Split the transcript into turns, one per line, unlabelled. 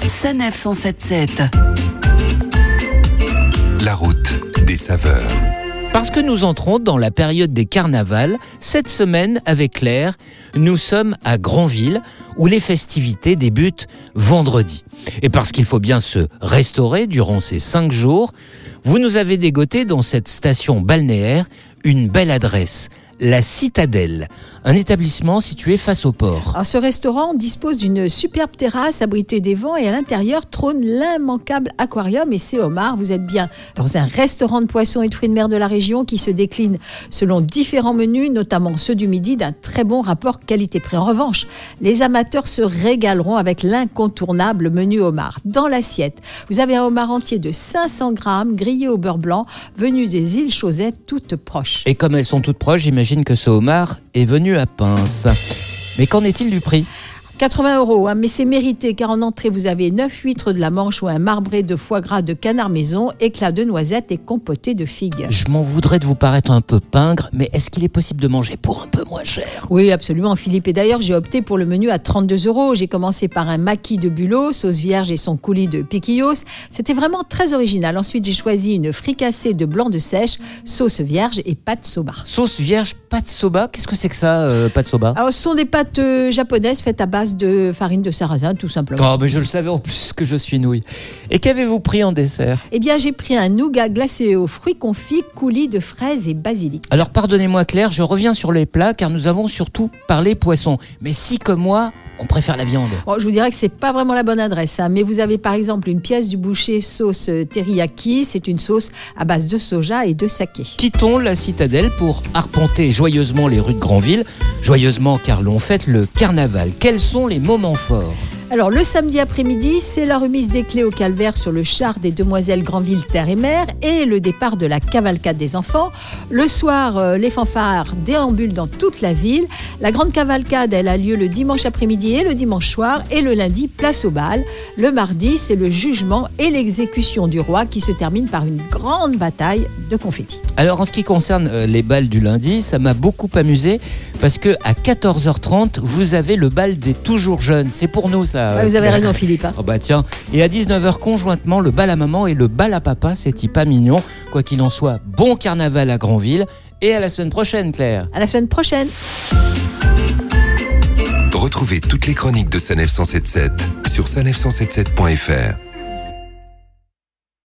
Sanef 177.
La route des saveurs.
Parce que nous entrons dans la période des carnavals, cette semaine, avec Claire, nous sommes à Granville, où les festivités débutent vendredi. Et parce qu'il faut bien se restaurer durant ces 5 jours, vous nous avez dégoté dans cette station balnéaire une belle adresse, la Citadelle, un établissement situé face au port.
Alors, ce restaurant dispose d'une superbe terrasse abritée des vents et à l'intérieur trône l'immanquable aquarium et ses homards. Vous êtes bien dans un restaurant de poissons et de fruits de mer de la région qui se décline selon différents menus, notamment ceux du midi, d'un très bon rapport qualité-prix. En revanche, les amateurs se régaleront avec l'incontournable menu homard. Dans l'assiette, vous avez un homard entier de 500 grammes grillé au beurre blanc, venu des îles Chaussettes, toutes proches.
Et comme elles sont toutes proches, j'imagine que ce homard est venu à pince. Mais qu'en est-il du prix ?
80 €, mais c'est mérité car en entrée vous avez 9 huîtres de la Manche ou un marbré de foie gras de canard maison, éclat de noisettes et compoté de figues.
Je m'en voudrais de vous paraître un peu pingre, mais est-ce qu'il est possible de manger pour un peu moins cher ?
Oui, absolument Philippe. Et d'ailleurs, j'ai opté pour le menu à 32 €. J'ai commencé par un maquis de bulot, sauce vierge et son coulis de piquillos. C'était vraiment très original. Ensuite, j'ai choisi une fricassée de blanc de sèche, sauce vierge et pâte soba.
Sauce vierge, pâte soba, qu'est-ce que c'est que ça, pâte soba ?
Alors, ce sont des pâtes japonaises faites à base de farine de sarrasin, tout simplement.
Oh, mais je le savais en plus que je suis nouille. Et qu'avez-vous pris en dessert ?
Eh bien, j'ai pris un nougat glacé aux fruits confits, coulis de fraises et basilic.
Alors, pardonnez-moi Claire, je reviens sur les plats car nous avons surtout parlé poisson. Mais si, comme moi, on préfère la viande.
Bon, je vous dirais que c'est pas vraiment la bonne adresse, mais vous avez par exemple une pièce du boucher sauce teriyaki. C'est une sauce à base de soja et de saké.
Quittons la Citadelle pour arpenter joyeusement les rues de Granville. Joyeusement car l'on fête le carnaval. Quels sont les moments forts ?
Alors, le samedi après-midi, c'est la remise des clés au calvaire sur le char des demoiselles Granville Terre et Mer et le départ de la cavalcade des enfants. Le soir, les fanfares déambulent dans toute la ville. La grande cavalcade, elle a lieu le dimanche après-midi et le dimanche soir. Et le lundi, place au bal. Le mardi, c'est le jugement et l'exécution du roi qui se termine par une grande bataille de confettis.
Alors, en ce qui concerne les bals du lundi, ça m'a beaucoup amusé parce que à 14h30, vous avez le bal des toujours jeunes. C'est pour nous, ça.
Ouais, vous avez raison, Philippe.
Oh bah tiens. Et à 19h conjointement, le bal à maman et le bal à papa, c'est pas mignon. Quoi qu'il en soit, bon carnaval à Granville et à la semaine prochaine, Claire.
À la semaine prochaine.
Retrouvez toutes les chroniques de Sanef 177 sur sanef177.fr.